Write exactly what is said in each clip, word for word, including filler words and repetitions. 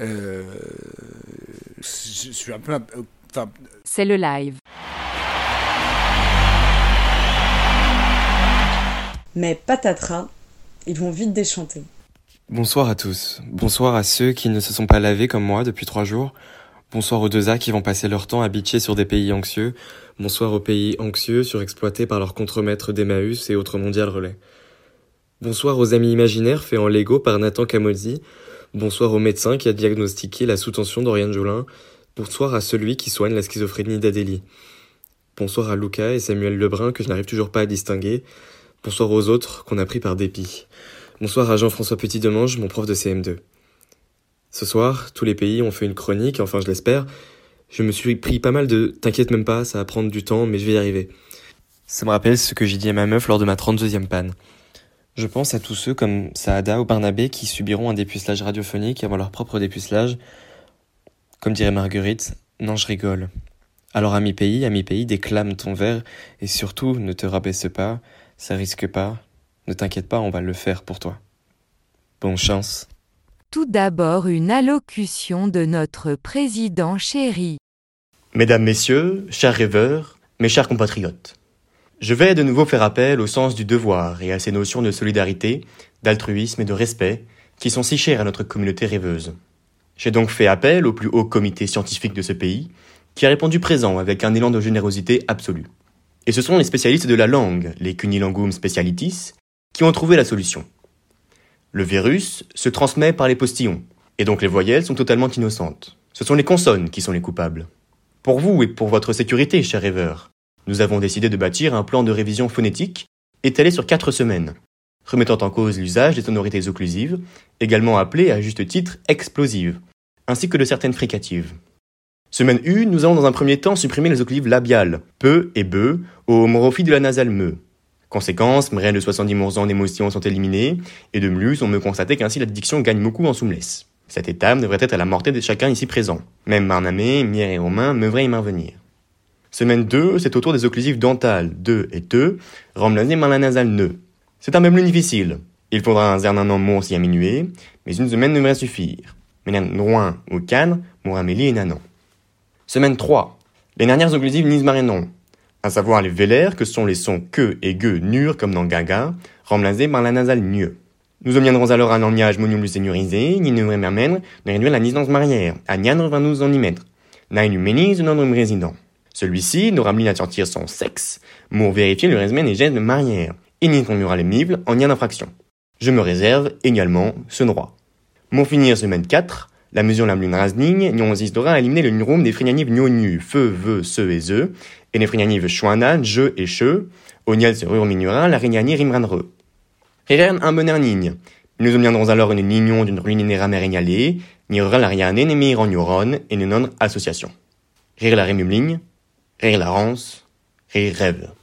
Euh, je suis un peu... Enfin... C'est le live. Mais patatras, ils vont vite déchanter. Bonsoir à tous. Bonsoir à ceux qui ne se sont pas lavés comme moi depuis trois jours. Bonsoir aux deux A qui vont passer leur temps à bitcher sur des pays anxieux. Bonsoir aux pays anxieux surexploités par leurs contremaîtres d'Emmaüs et autres mondial relais. Bonsoir aux amis imaginaires faits en Lego par Nathan Camozzi. Bonsoir au médecin qui a diagnostiqué la sous-tension d'Oriane Jolin. Bonsoir à celui qui soigne la schizophrénie d'Adélie. Bonsoir à Lucas et Samuel Lebrun que je n'arrive toujours pas à distinguer. Bonsoir aux autres qu'on a pris par dépit. Bonsoir à Jean-François Petit-Demange, mon prof de C M deux. Ce soir, tous les pays ont fait une chronique, enfin je l'espère. Je me suis pris pas mal de « t'inquiète même pas, ça va prendre du temps, mais je vais y arriver ». Ça me rappelle ce que j'ai dit à ma meuf lors de ma trente-deuxième panne. Je pense à tous ceux comme Saada ou Barnabé qui subiront un dépucelage radiophonique avant leur propre dépucelage. Comme dirait Marguerite, non je rigole. Alors ami pays, ami pays, déclame ton verre et surtout ne te rabaisse pas, ça risque pas. Ne t'inquiète pas, on va le faire pour toi. Bonne chance. Tout d'abord une allocution de notre président chéri. Mesdames, Messieurs, chers rêveurs, mes chers compatriotes, je vais de nouveau faire appel au sens du devoir et à ces notions de solidarité, d'altruisme et de respect qui sont si chères à notre communauté rêveuse. J'ai donc fait appel au plus haut comité scientifique de ce pays, qui a répondu présent avec un élan de générosité absolue. Et ce sont les spécialistes de la langue, les Cunilangum Specialitis, qui ont trouvé la solution. Le virus se transmet par les postillons, et donc les voyelles sont totalement innocentes. Ce sont les consonnes qui sont les coupables. Pour vous et pour votre sécurité, chers rêveurs, nous avons décidé de bâtir un plan de révision phonétique étalé sur quatre semaines, remettant en cause l'usage des sonorités occlusives, également appelées à juste titre explosives, ainsi que de certaines fricatives. Semaine un, nous allons dans un premier temps supprimer les occlusives labiales, peu et be, au morophie de la nasale me. Conséquence, mrel de soixante-dix pour cent d'émotions sont éliminées, et de plus, on me constatait qu'ainsi la diction gagne beaucoup en souplesse. Cette étape devrait être à la portée de chacun ici présent. Même Marnamé, Mier et Romain devraient y parvenir. Semaine deux, c'est au tour des occlusives dentales, de et te, remplacées par la nasale ne. C'est un peu plus difficile. Il faudra un certain nombre s'y diminuer, mais une semaine devrait suffire. Ménan droin ou cadre, Mouramélie et Nanan. Semaine trois, les dernières occlusives nismarénon, à savoir les vélaires que sont les sons que et gueux nurs comme dans gaga, remplacés par la nasale gneu. Nous obtiendrons alors un emmiage monium plus seigneurisé, ni ne m'amène de réduire la distance marière, à niandre vingt-deux centimètres, n'a une ménise de notre résident. Celui-ci n'aura mis à sortir son sexe, pour vérifier le résumé des gestes de marière, et n'y tombera les mibles en lien d'infraction. Je me réserve également ce droit. Pour finir semaine quatre, la mesure la plus rasnigne n'y consistera à éliminer le neurome des phrénianives gnu, feu, ve, se et ze, et les phrénianives chouana, je et che, au niel se ruminura, la régnani rimran re. Reren un bonheur nigne. Nous obtiendrons alors une lignon d'une rulinera mérégnalée, ni rera la riane, ni mir en neuron, et une non-association. Rire la rémubligne, rire la rance, rire rêve.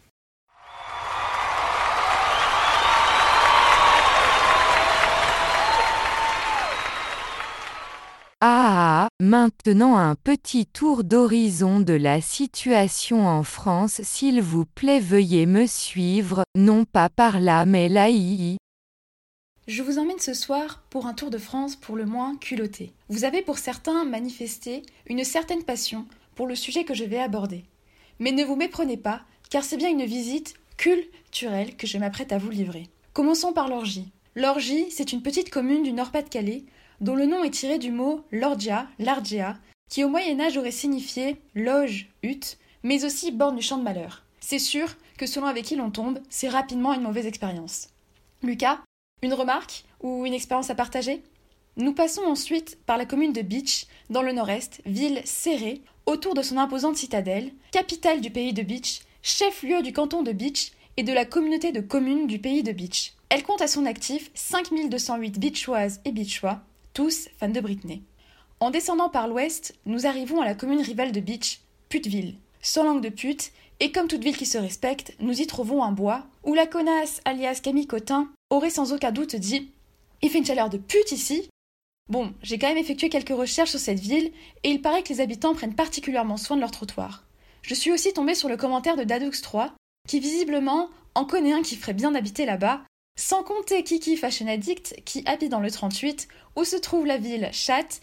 Ah, maintenant un petit tour d'horizon de la situation en France, s'il vous plaît veuillez me suivre, non pas par là mais là i. Je vous emmène ce soir pour un tour de France pour le moins culotté. Vous avez pour certains manifesté une certaine passion pour le sujet que je vais aborder. Mais ne vous méprenez pas, car c'est bien une visite culturelle que je m'apprête à vous livrer. Commençons par l'Orgie. L'Orgie, c'est une petite commune du Nord-Pas-de-Calais, dont le nom est tiré du mot lorgia, largea, qui au Moyen-Âge aurait signifié loge, hutte, mais aussi borne du champ de malheur. C'est sûr que selon avec qui l'on tombe, c'est rapidement une mauvaise expérience. Lucas, une remarque ou une expérience à partager ? Nous passons ensuite par la commune de Bitche, dans le nord-est, ville serrée, autour de son imposante citadelle, capitale du pays de Bitche, chef-lieu du canton de Bitche et de la communauté de communes du pays de Bitche. Elle compte à son actif cinq mille deux cent huit Bitchoises et Bitchois, tous fans de Britney. En descendant par l'ouest, nous arrivons à la commune rivale de Bitche, Puteville. Sans langue de pute, et comme toute ville qui se respecte, nous y trouvons un bois où la connasse, alias Camille Cotin, aurait sans aucun doute dit « Il fait une chaleur de pute ici !» Bon, j'ai quand même effectué quelques recherches sur cette ville, et il paraît que les habitants prennent particulièrement soin de leur trottoir. Je suis aussi tombée sur le commentaire de Dadux trois, qui visiblement en connaît un qui ferait bien d'habiter là-bas, sans compter Kiki Fashion Addict, qui habite dans le trente-huit, où se trouve la ville chatte,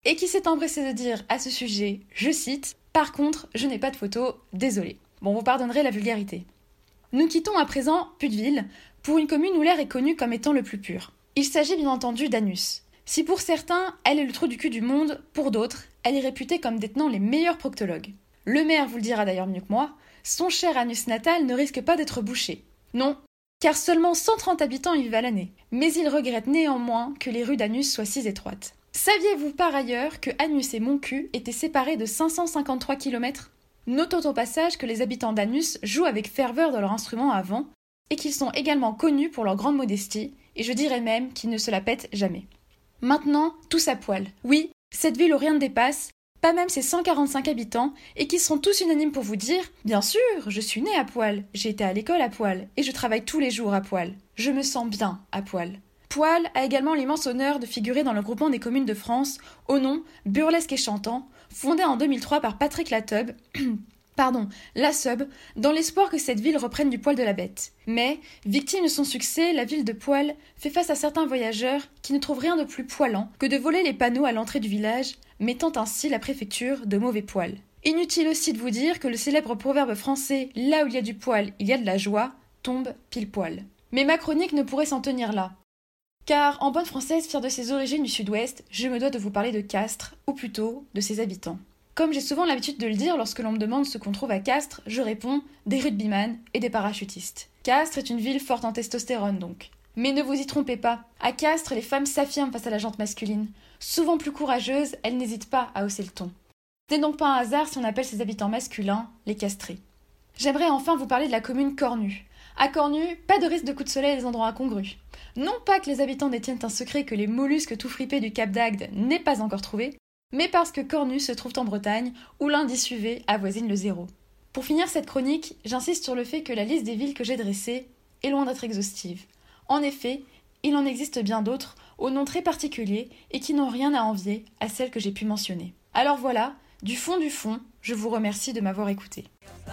et qui s'est empressé de dire à ce sujet, je cite, « Par contre, je n'ai pas de photo, désolé ». Bon, vous pardonnerez la vulgarité. Nous quittons à présent Putteville pour une commune où l'air est connu comme étant le plus pur. Il s'agit bien entendu d'Annus. Si pour certains, elle est le trou du cul du monde, pour d'autres, elle est réputée comme détenant les meilleurs proctologues. Le maire vous le dira d'ailleurs mieux que moi, son cher Annus natal ne risque pas d'être bouché. Non, car seulement cent trente habitants y vivent à l'année. Mais il regrette néanmoins que les rues d'Annus soient si étroites. Saviez-vous par ailleurs que Annus et Montcuq étaient séparés de cinq cent cinquante-trois kilomètres ? Notons au passage que les habitants d'Annus jouent avec ferveur dans leur instrument à vent, et qu'ils sont également connus pour leur grande modestie, et je dirais même qu'ils ne se la pètent jamais. Maintenant, tous à poil. Oui, cette ville où rien ne dépasse, pas même ses cent quarante-cinq habitants, et qui seront tous unanimes pour vous dire « Bien sûr, je suis née à poil, j'ai été à l'école à poil, et je travaille tous les jours à poil. Je me sens bien à poil. » Poil a également l'immense honneur de figurer dans le groupement des communes de France, au nom burlesque et chantant, fondé en deux mille trois par Patrick Latub, pardon, Lasub, dans l'espoir que cette ville reprenne du poil de la bête. Mais, victime de son succès, la ville de Poil fait face à certains voyageurs qui ne trouvent rien de plus poilant que de voler les panneaux à l'entrée du village, mettant ainsi la préfecture de mauvais poil. Inutile aussi de vous dire que le célèbre proverbe français « Là où il y a du poil, il y a de la joie » tombe pile poil. Mais ma chronique ne pourrait s'en tenir là. Car, en bonne française fière de ses origines du sud-ouest, je me dois de vous parler de Castres, ou plutôt de ses habitants. Comme j'ai souvent l'habitude de le dire lorsque l'on me demande ce qu'on trouve à Castres, je réponds des rugbyman et des parachutistes. Castres est une ville forte en testostérone donc. Mais ne vous y trompez pas, à Castres, les femmes s'affirment face à la gente masculine. Souvent plus courageuses, elles n'hésitent pas à hausser le ton. Ce n'est donc pas un hasard si on appelle ses habitants masculins les castrés. J'aimerais enfin vous parler de la commune Cornu. À Cornu, pas de risque de coups de soleil à des endroits incongrus. Non pas que les habitants détiennent un secret que les mollusques tout fripés du Cap d'Agde n'aient pas encore trouvé, mais parce que Cornu se trouve en Bretagne, où l'indice U V avoisine le zéro. Pour finir cette chronique, j'insiste sur le fait que la liste des villes que j'ai dressées est loin d'être exhaustive. En effet, il en existe bien d'autres, aux noms très particuliers, et qui n'ont rien à envier à celles que j'ai pu mentionner. Alors voilà, du fond du fond, je vous remercie de m'avoir écouté.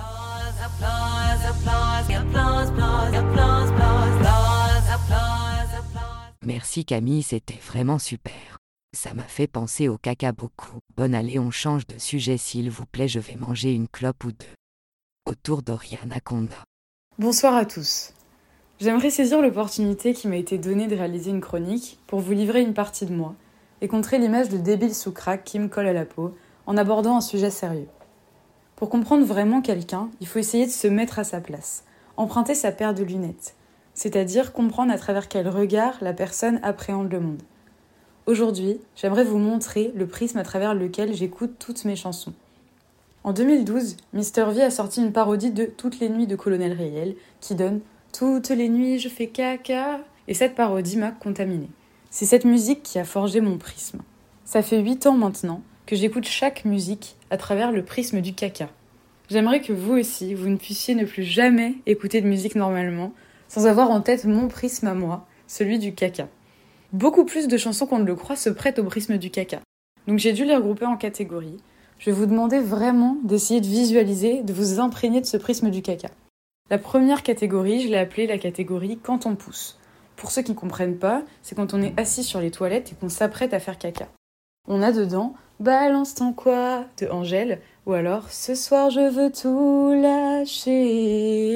Merci Camille, c'était vraiment super. Ça m'a fait penser au caca beaucoup. Bon allez, on change de sujet s'il vous plaît, je vais manger une clope ou deux. Autour d'Oriana Conda. Bonsoir à tous. J'aimerais saisir l'opportunité qui m'a été donnée de réaliser une chronique pour vous livrer une partie de moi et contrer l'image de débile sous crack qui me colle à la peau en abordant un sujet sérieux. Pour comprendre vraiment quelqu'un, il faut essayer de se mettre à sa place, emprunter sa paire de lunettes, c'est-à-dire comprendre à travers quel regard la personne appréhende le monde. Aujourd'hui, j'aimerais vous montrer le prisme à travers lequel j'écoute toutes mes chansons. En deux mille douze, Mister V a sorti une parodie de Toutes les nuits de Colonel Riel qui donne « Toutes les nuits je fais caca » et cette parodie m'a contaminée. C'est cette musique qui a forgé mon prisme. Ça fait huit ans maintenant que j'écoute chaque musique à travers le prisme du caca. J'aimerais que vous aussi, vous ne puissiez ne plus jamais écouter de musique normalement sans avoir en tête mon prisme à moi, celui du caca. Beaucoup plus de chansons qu'on ne le croit se prêtent au prisme du caca. Donc j'ai dû les regrouper en catégories. Je vais vous demander vraiment d'essayer de visualiser, de vous imprégner de ce prisme du caca. La première catégorie, je l'ai appelée la catégorie « quand on pousse ». Pour ceux qui ne comprennent pas, c'est quand on est assis sur les toilettes et qu'on s'apprête à faire caca. On a dedans « balance ton quoi » de Angèle, ou alors « ce soir je veux tout lâcher ».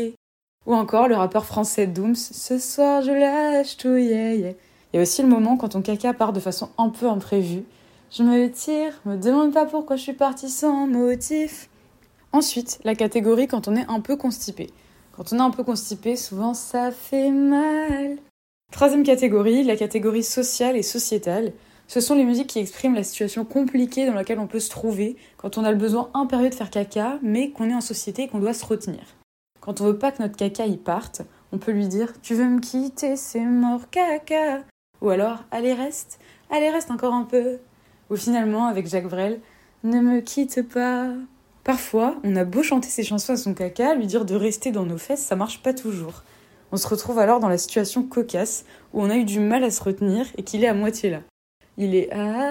Ou encore le rappeur français Dooms « ce soir je lâche tout, yeah yeah ». Il y a aussi le moment quand ton caca part de façon un peu imprévue. Je me tire, me demande pas pourquoi je suis partie sans motif. Ensuite, la catégorie quand on est un peu constipé. Quand on est un peu constipé, souvent ça fait mal. Troisième catégorie, la catégorie sociale et sociétale. Ce sont les musiques qui expriment la situation compliquée dans laquelle on peut se trouver quand on a le besoin impérieux de faire caca, mais qu'on est en société et qu'on doit se retenir. Quand on veut pas que notre caca y parte, on peut lui dire « tu veux me quitter, c'est mort caca ». Ou alors « allez reste, allez reste encore un peu ». Ou finalement, avec Jacques Brel, « ne me quitte pas ». Parfois, on a beau chanter ses chansons à son caca, lui dire de rester dans nos fesses, ça marche pas toujours. On se retrouve alors dans la situation cocasse, où on a eu du mal à se retenir et qu'il est à moitié là. Il est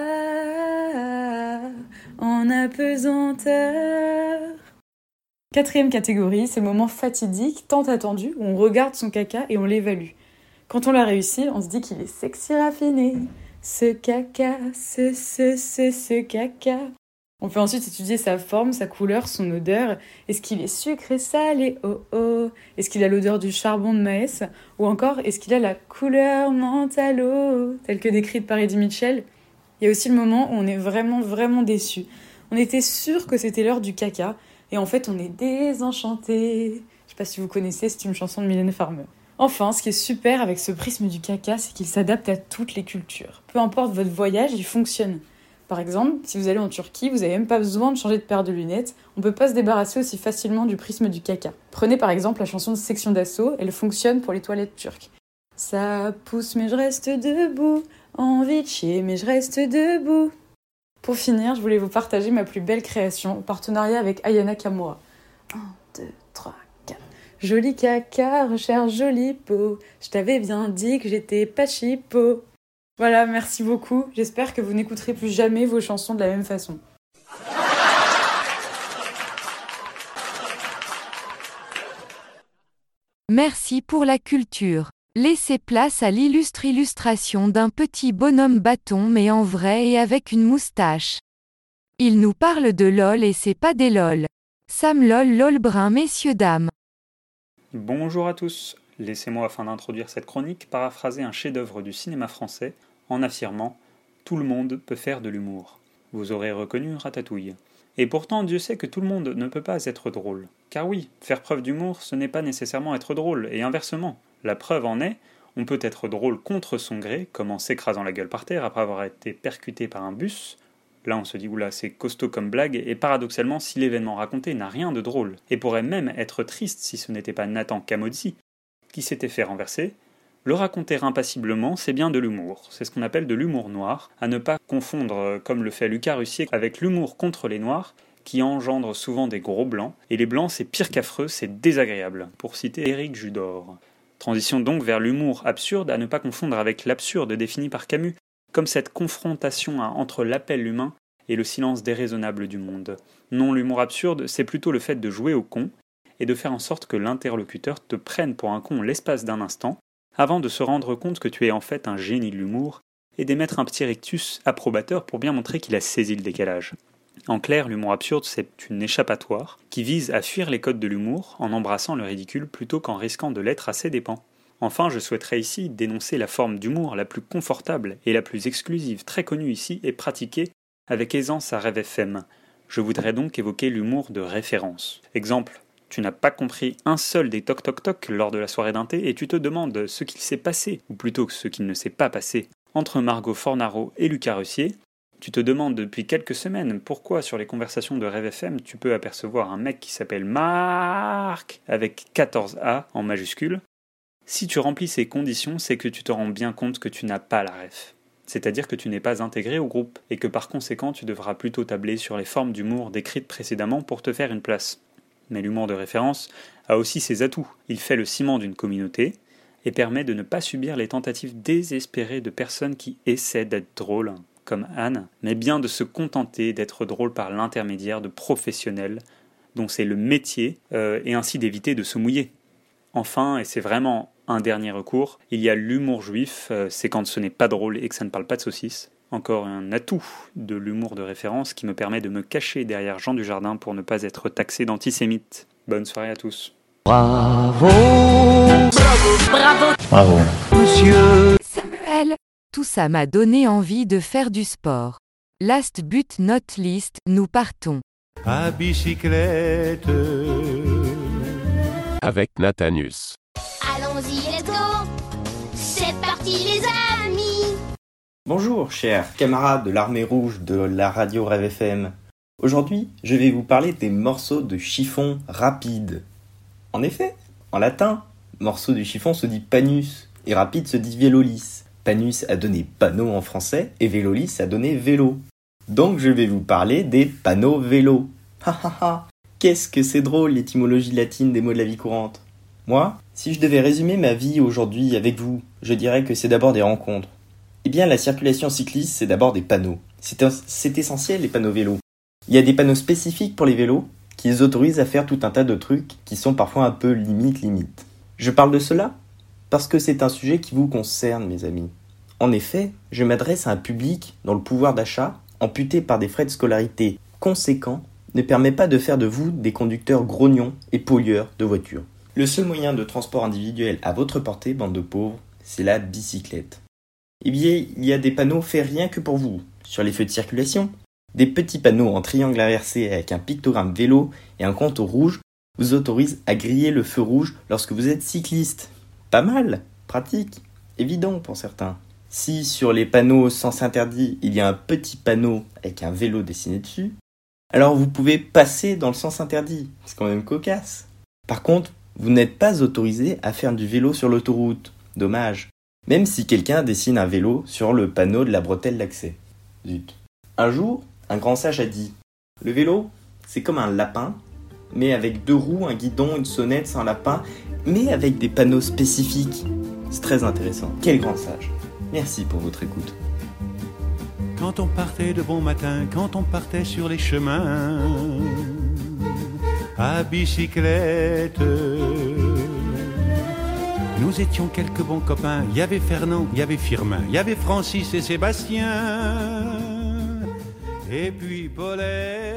ah, en apesanteur. Quatrième catégorie, c'est le moment fatidique, tant attendu, où on regarde son caca et on l'évalue. Quand on l'a réussi, on se dit qu'il est sexy raffiné. ce caca, ce, ce, ce, ce caca. On peut ensuite étudier sa forme, sa couleur, son odeur. Est-ce qu'il est sucré, salé, oh oh? Est-ce qu'il a l'odeur du charbon de maïs? Ou encore, est-ce qu'il a la couleur menthe à l'eau, telle que décrite par Eddie Mitchell? Il y a aussi le moment où on est vraiment, vraiment déçu. On était sûr que c'était l'heure du caca, et en fait, on est désenchanté. Je sais pas si vous connaissez, c'est une chanson de Mylène Farmer. Enfin, ce qui est super avec ce prisme du caca, c'est qu'il s'adapte à toutes les cultures. Peu importe votre voyage, il fonctionne. Par exemple, si vous allez en Turquie, vous n'avez même pas besoin de changer de paire de lunettes. On peut pas se débarrasser aussi facilement du prisme du caca. Prenez par exemple la chanson de Section d'Assaut, elle fonctionne pour les toilettes turques. Ça pousse mais je reste debout, envie de chier mais je reste debout. Pour finir, je voulais vous partager ma plus belle création, en partenariat avec Ayana Kamura. un, deux, trois, quatre. Joli caca, recherche jolie peau. Je t'avais bien dit que j'étais pas chippo. Voilà, merci beaucoup. J'espère que vous n'écouterez plus jamais vos chansons de la même façon. Merci pour la culture. Laissez place à l'illustre illustration d'un petit bonhomme bâton mais en vrai et avec une moustache. Il nous parle de LOL et c'est pas des LOL. Sam LOL LOL brun messieurs dames. Bonjour à tous. Laissez-moi, afin d'introduire cette chronique, paraphraser un chef-d'œuvre du cinéma français en affirmant « Tout le monde peut faire de l'humour ». Vous aurez reconnu Ratatouille. Et pourtant, Dieu sait que tout le monde ne peut pas être drôle. Car oui, faire preuve d'humour, ce n'est pas nécessairement être drôle, et inversement. La preuve en est, on peut être drôle contre son gré, comme en s'écrasant la gueule par terre après avoir été percuté par un bus. Là, on se dit « Oula, c'est costaud comme blague », et paradoxalement, si l'événement raconté n'a rien de drôle, et pourrait même être triste si ce n'était pas Nathan Camozzi, qui s'était fait renverser, le raconter impassiblement, c'est bien de l'humour. C'est ce qu'on appelle de l'humour noir, à ne pas confondre, comme le fait Lucas Russier, avec l'humour contre les noirs, qui engendre souvent des gros blancs, et les blancs c'est pire qu'affreux, c'est désagréable, pour citer Éric Judor. Transition donc vers l'humour absurde, à ne pas confondre avec l'absurde défini par Camus, comme cette confrontation entre l'appel humain et le silence déraisonnable du monde. Non, l'humour absurde, c'est plutôt le fait de jouer au con, et de faire en sorte que l'interlocuteur te prenne pour un con l'espace d'un instant, avant de se rendre compte que tu es en fait un génie de l'humour, et d'émettre un petit rictus approbateur pour bien montrer qu'il a saisi le décalage. En clair, l'humour absurde, c'est une échappatoire qui vise à fuir les codes de l'humour en embrassant le ridicule plutôt qu'en risquant de l'être à ses dépens. Enfin, je souhaiterais ici dénoncer la forme d'humour la plus confortable et la plus exclusive, très connue ici et pratiquée avec aisance à Rêve F M. Je voudrais donc évoquer l'humour de référence. Exemple, tu n'as pas compris un seul des toc toc toc lors de la soirée d'un thé et tu te demandes ce qu'il s'est passé, ou plutôt ce qu'il ne s'est pas passé, entre Margot Fornaro et Lucas Russier. Tu te demandes depuis quelques semaines pourquoi sur les conversations de Rêve F M tu peux apercevoir un mec qui s'appelle Marc avec quatorze A en majuscule. Si tu remplis ces conditions, c'est que tu te rends bien compte que tu n'as pas la ref. C'est-à-dire que tu n'es pas intégré au groupe et que par conséquent tu devras plutôt tabler sur les formes d'humour décrites précédemment pour te faire une place. Mais l'humour de référence a aussi ses atouts. Il fait le ciment d'une communauté et permet de ne pas subir les tentatives désespérées de personnes qui essaient d'être drôles, comme Anne, mais bien de se contenter d'être drôle par l'intermédiaire de professionnels dont c'est le métier, euh, et ainsi d'éviter de se mouiller. Enfin, et c'est vraiment un dernier recours, il y a l'humour juif, euh, c'est quand ce n'est pas drôle et que ça ne parle pas de saucisses. Encore un atout de l'humour de référence qui me permet de me cacher derrière Jean Dujardin pour ne pas être taxé d'antisémite. Bonne soirée à tous. Bravo, bravo, bravo, Bravo. monsieur Samuel, tout ça m'a donné envie de faire du sport. Last but not least, nous partons. À bicyclette. Avec Nathanius. Allons-y, let's go. C'est parti les amis. Bonjour, chers camarades de l'Armée Rouge de la radio Rêve F M. Aujourd'hui, je vais vous parler des morceaux de chiffon rapides. En effet, en latin, morceau de chiffon se dit panus, et rapide se dit vélolis. Panus a donné panneau en français, et vélolis a donné vélo. Donc je vais vous parler des panneaux vélos. Ha ha ha. Qu'est-ce que c'est drôle l'étymologie latine des mots de la vie courante. Moi, si je devais résumer ma vie aujourd'hui avec vous, je dirais que c'est d'abord des rencontres. Eh bien, la circulation cycliste, c'est d'abord des panneaux. C'est, un, c'est essentiel, les panneaux vélos. Il y a des panneaux spécifiques pour les vélos qui les autorisent à faire tout un tas de trucs qui sont parfois un peu limite limite. Je parle de cela parce que c'est un sujet qui vous concerne, mes amis. En effet, je m'adresse à un public dont le pouvoir d'achat, amputé par des frais de scolarité conséquents, ne permet pas de faire de vous des conducteurs grognons et pollueurs de voitures. Le seul moyen de transport individuel à votre portée, bande de pauvres, c'est la bicyclette. Eh bien, il y a des panneaux faits rien que pour vous, sur les feux de circulation. Des petits panneaux en triangle inversé avec un pictogramme vélo et un contour rouge vous autorisent à griller le feu rouge lorsque vous êtes cycliste. Pas mal, pratique, évident pour certains. Si sur les panneaux sens interdit, il y a un petit panneau avec un vélo dessiné dessus, alors vous pouvez passer dans le sens interdit. C'est quand même cocasse. Par contre, vous n'êtes pas autorisé à faire du vélo sur l'autoroute. Dommage. Même si quelqu'un dessine un vélo sur le panneau de la bretelle d'accès. Zut. Un jour, un grand sage a dit « Le vélo, c'est comme un lapin, mais avec deux roues, un guidon, une sonnette sans lapin, mais avec des panneaux spécifiques. » C'est très intéressant. Quel grand sage. Merci pour votre écoute. Quand on partait de bon matin, quand on partait sur les chemins, à bicyclette, nous étions quelques bons copains. Il y avait Fernand, il y avait Firmin, il y avait Francis et Sébastien, et puis Paulette.